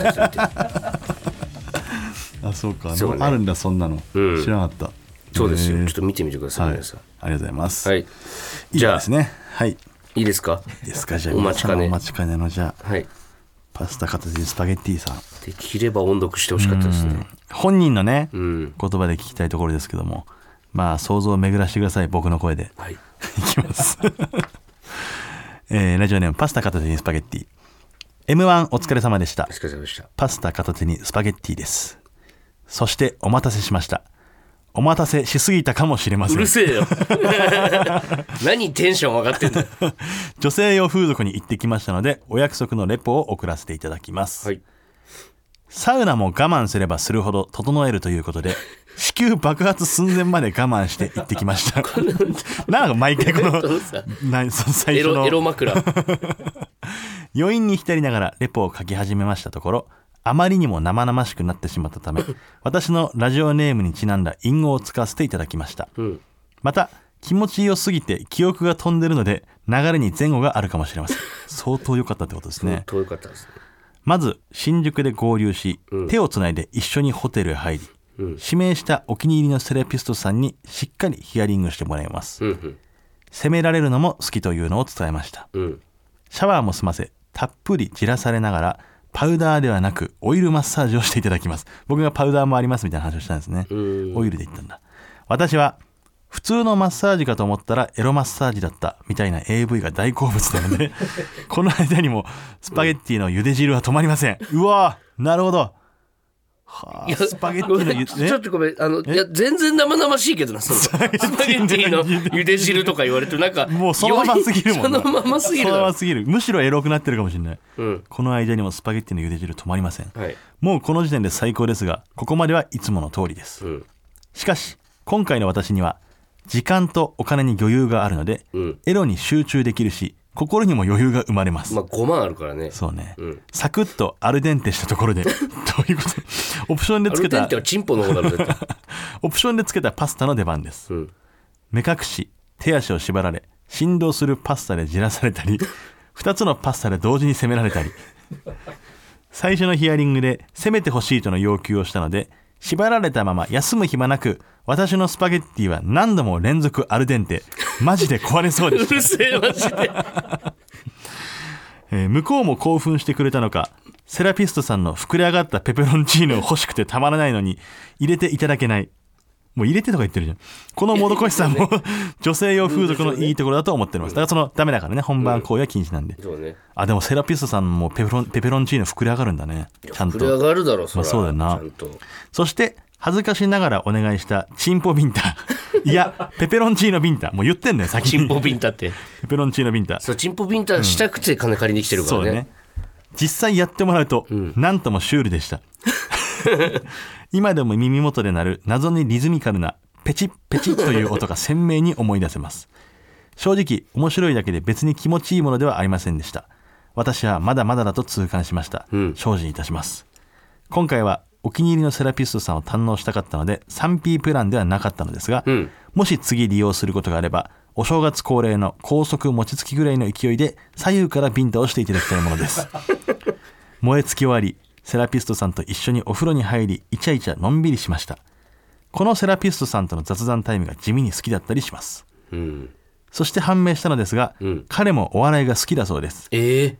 あそうかそう、ね、 あるんだそんなの、うん、知らなかった。 そうですよ、ちょっと見てみてください、 はい、 皆さん。 ありがとうございます、 はい、 じゃあですね、はい、 いいですか。 いいですか。じゃあお待ちかねお待ちかねのじゃあ、 はい、 パスタ片手にスパゲッティさんできれば音読してほしかったですね。 本人のね、 うん、 言葉で聞きたいところですけども、まあ想像を巡らしてください。僕の声で、 はい、 いきます、えー、ラジオネームパスタ片手にスパゲッティ。 エムワン お疲れ様でした。 お疲れ様でした。 パスタ片手にスパゲッティです。そしてお待たせしました。お待たせしすぎたかもしれません。 うるせえよ何テンション上がってんだ女性用風俗に行ってきましたのでお約束のレポを送らせていただきます、 はい、 サウナも我慢すればするほど整えるということで子宮爆発寸前まで我慢して行ってきましたなんか毎回このなその最初のエロ、エロ枕余韻に浸りながらレポを書き始めましたところ、あまりにも生々しくなってしまったため私のラジオネームにちなんだ隠語を使わせていただきました、うん、また気持ちよすぎて記憶が飛んでるので流れに前後があるかもしれません。相当良かったってことですね。 相当良かったですね。 まず新宿で合流し、うん、手をつないで一緒にホテルへ入り、うん、指名したお気に入りのセラピストさんにしっかりヒアリングしてもらいます、うんうん、責められるのも好きというのを伝えました、うん、シャワーも済ませたっぷりじらされながらパウダーではなくオイルマッサージをしていただきます。僕がパウダーもありますみたいな話をしたんですね。オイルで言ったんだ。私は普通のマッサージかと思ったらエロマッサージだったみたいな エーブイ が大好物なのでこの間にもスパゲッティの茹で汁は止まりません。うわなるほど。はあ、スパゲッティのゆちょっとごめんあのいや全然生々しいけどなそのスパゲッティの茹で汁とか言われてなんかもうそのまますぎるもんな。 そのまますぎるそのまますぎる。むしろエロくなってるかもしれない、うん、この間にもスパゲッティの茹で汁止まりません、はい、もうこの時点で最高ですがここまではいつもの通りです、うん、しかし今回の私には時間とお金に余裕があるので、うん、エロに集中できるし心にも余裕が生まれます。 まあごまんあるからね。 そうね、うん、サクッとアルデンテしたところでどういうことオプションでつけたアルデンテはチンポの方だろ絶対オプションでつけたパスタの出番です、うん、目隠し手足を縛られ振動するパスタでじらされたりふたつのパスタで同時に攻められたり最初のヒアリングで攻めてほしいとの要求をしたので縛られたまま休む暇なく私のスパゲッティは何度も連続アルデンテマジで壊れそうでした。 うるせえマジで、 えー、向こうも興奮してくれたのかセラピストさんの膨れ上がったペペロンチーノを欲しくてたまらないのに入れていただけない。もう入れてとか言ってるじゃん。このもどかしさも女性用風俗のいいところだと思っております。だからそのダメだからね本番行為は禁止なんで、うんそうね、あでもセラピストさんもペペロン、ペペロンチーノ膨れ上がるんだねちゃんと。 膨れ上がるだろそれは、 まあ、そうだよな。そして恥ずかしながらお願いしたチンポビンタいやペペロンチーノビンタもう言ってんだよ先に。 チンポビンタってペペロンチーノビンタそうチンポビンタしたくて金借りに来てるからね、うん、そうね。 実際やってもらうと、うん、なんともシュールでした今でも耳元で鳴る謎にリズミカルなペチッペチッという音が鮮明に思い出せます。正直面白いだけで別に気持ちいいものではありませんでした。私はまだまだだと痛感しました、うん、精進いたします。今回はお気に入りのセラピストさんを堪能したかったので スリーピー プランではなかったのですが、うん、もし次利用することがあればお正月恒例の高速餅つきぐらいの勢いで左右からビンタをしていただきたいものです燃え尽き終わりセラピストさんと一緒にお風呂に入りイチャイチャのんびりしました。このセラピストさんとの雑談タイムが地味に好きだったりします、うん、そして判明したのですが、うん、彼もお笑いが好きだそうです。 えー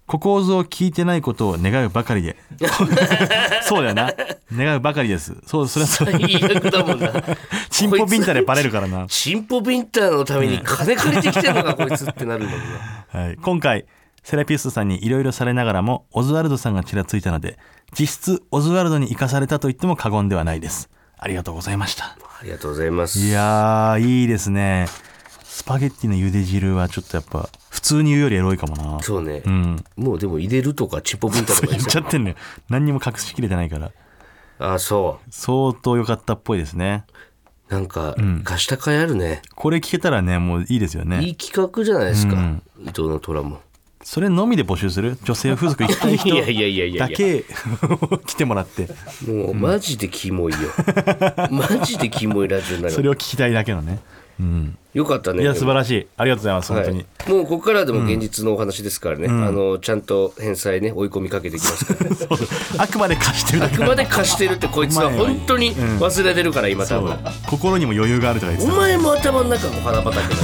ココーズを聞いてないことを願うばかりでそうだよな、願うばかりです。そう、それはそう最悪だもんな。 チンポビンタでバレるからな。 チンポビンタのために金借りてきてんのかこいつってなるんだもんな。 はい、今回セラピストさんにいろいろされながらもオズワルドさんがちらついたので、実質オズワルドに生かされたと言っても過言ではないです。ありがとうございました。 ありがとうございます。 いやー、いいですね。スパゲッティの茹で汁はちょっとやっぱ普通に言うよりエロいかもな。 そうね、 うん、 もうでも入れるとかチンポビンタとか言っちゃってんのよ。何にも隠しきれてないから。 ああ、そう相当良かったっぽいですね。 なんか、うん、貸した甲斐あるね。 これ聞けたらね、もういいですよね。 いい企画じゃないですか、うん、伊藤の虎も。それのみで募集する。女性風俗行きたい人だけ来てもらって。 もうマジでキモいよ、うん、マジでキモいラジオになる。 それを聞きたいだけのね、うん、 よかったね。 いや素晴らしい、ありがとうございます、はい、本当に。 もうここからでも現実のお話ですからね、うん、あのちゃんと返済ね追い込みかけてきますからあくまで貸してるだけ。 あくまで貸してるってこいつは本当に忘れてるから、うん、今多分心にも余裕があるとか言ってた。 お前も頭の中お花畑だ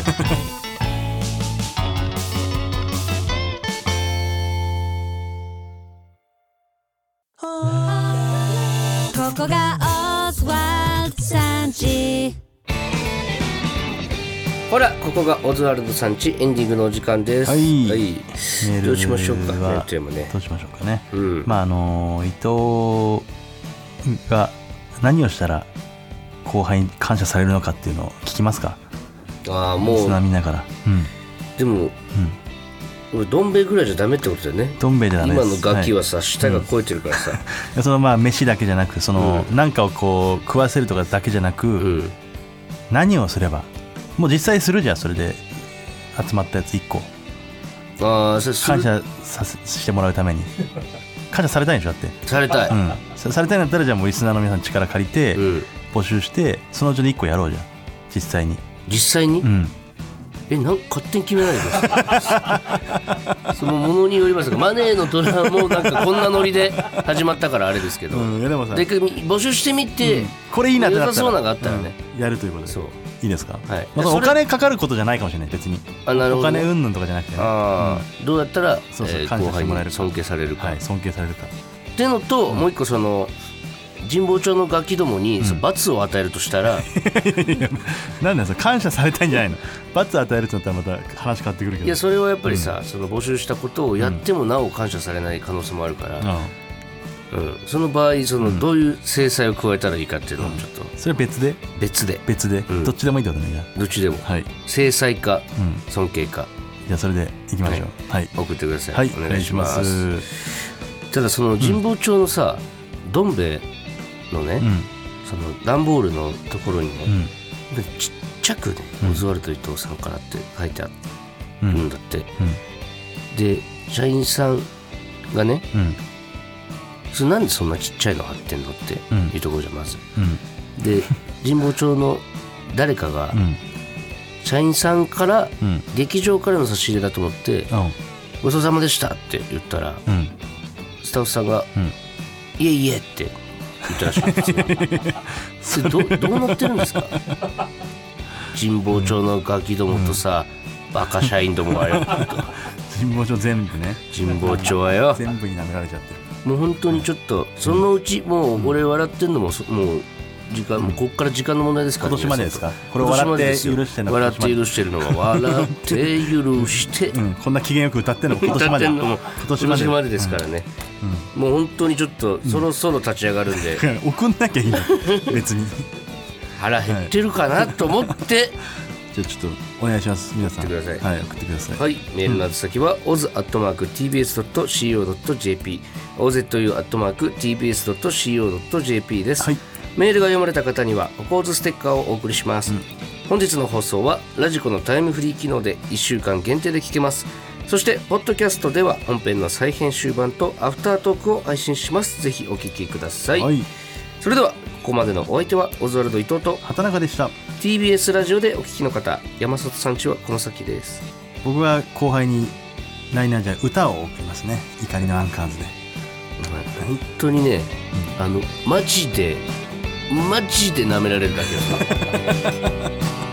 ここがオズワルドさんち。 ほら、ここがオズワルドさんち、エンディングのお時間です。 はい、はい、 メールどうしましょうか。メールテーマね、 どうしましょうかね、 うん、 まああの伊藤が何をしたら後輩に感謝されるのかっていうのを聞きますか。 ああ、もうリスナー見ながら、うん、 でも、うんどん兵衛ぐらいじゃダメってことだよね。 どん兵衛でダメです。 今のガキはさ、はい、舌が肥えてるからさ、 うん、そのまあ飯だけじゃなく、その、うん、なんかをこう食わせるとかだけじゃなく、うん、何をすれば、もう実際するじゃん。それで集まったやついっこ、 ああ、それ感謝さしてもらうために感謝されたいんでしょ。だってされたい、 うん、さ, されたいんだったら、じゃあもうリスナーの皆さん力借りて、うん、募集してそのうちにいっこやろうじゃん、実際に。 実際に、うん、え、なんか勝手に決めないでそのものによりますが、マネーのドラもなんかこんなノリで始まったからあれですけど、うん、いやでもさで募集してみて、うん、 これいいなってなったら良さそうなのがあったらね、 うん、やるということで。そういいですか、 はい、 まあ、お金かかることじゃないかもしれない、別に。 あ、なるほど、 お金云々とかじゃなくて、ね、 あ、うん、どうやったらそうそう、えー、感謝してもらえるか、 尊敬されるか、 はい、尊敬されるかってのと、うん、もう一個その神保町のガキどもに、うん、罰を与えるとしたらなんだよ、感謝されたいんじゃないの。罰与えるとなったらまた話変わってくるけど。 いや、それはやっぱりさ、うん、その募集したことをやってもなお感謝されない可能性もあるから、うんうん、その場合そのどういう制裁を加えたらいいかっていうのをちょっと、うん、 それは別で別で別で、うん、どっちでもいいってことね。 どっちでも、はい、制裁か、うん、尊敬か。 じゃあそれでいきましょう、はいはい、 送ってください、 はい、 お願いします。ただその神保町のさ、どん兵衛のね、うん、その段ボールのところにね、うん、ちっちゃくね、オズワルド伊藤さんからって書いてあるんだって、うんうん、で社員さんがね、うん、それなんでそんなちっちゃいの貼ってんのっていうところじゃまず、うん、で神保町の誰かが、うん、社員さんから、うん、劇場からの差し入れだと思って、うん、ごちそうさまでしたって言ったら、うん、スタッフさんが、うん、いえいえって言ったらしいんですよそれ ど, どうなってるんですか神保町のガキどもとさ、うん、バカ社員どもはよ神保町全部ね、 神保町はよ全部に舐められちゃってる。 もう本当にちょっとそのうち、もう俺笑ってんのも、うん、もう時間、もうここから時間の問題ですから、 ね、今年までですか。これ笑って許してるの笑って許してるのは笑って許して、 うん、こんな機嫌よく歌ってるのも今年まで歌ってんのも今年ま で, までですからね、うんうん、もう本当にちょっとそろそろ立ち上がるんで、 うん、送んなきゃいいの別に腹減ってるかなと思って、はい、 じゃあちょっとお願いします。皆さん送ってください。 はい、送ってください。 はい、メールの宛先は オズ アットマーク ティービーエス ドット シーオー ドット ジェーピー オーゼットユー アットマーク ティービーエス ドット シーオー ドット ジェーピー です、はい、メールが読まれた方にはココーズステッカーをお送りします、うん、本日の放送はラジコのタイムフリー機能でいっしゅうかん限定で聞けます。そしてポッドキャストでは本編の再編集版とアフタートークを配信します。ぜひお聞きください、はい、それではここまでのお相手はオズワルド伊藤と畑中でした。 ティービーエス ラジオでお聞きの方、山里さんちはこの先です。 僕は後輩に来年じゃ歌を送りますね。怒りのアンカーズで。 本当にね、うん、あのマジでマジで舐められるだけです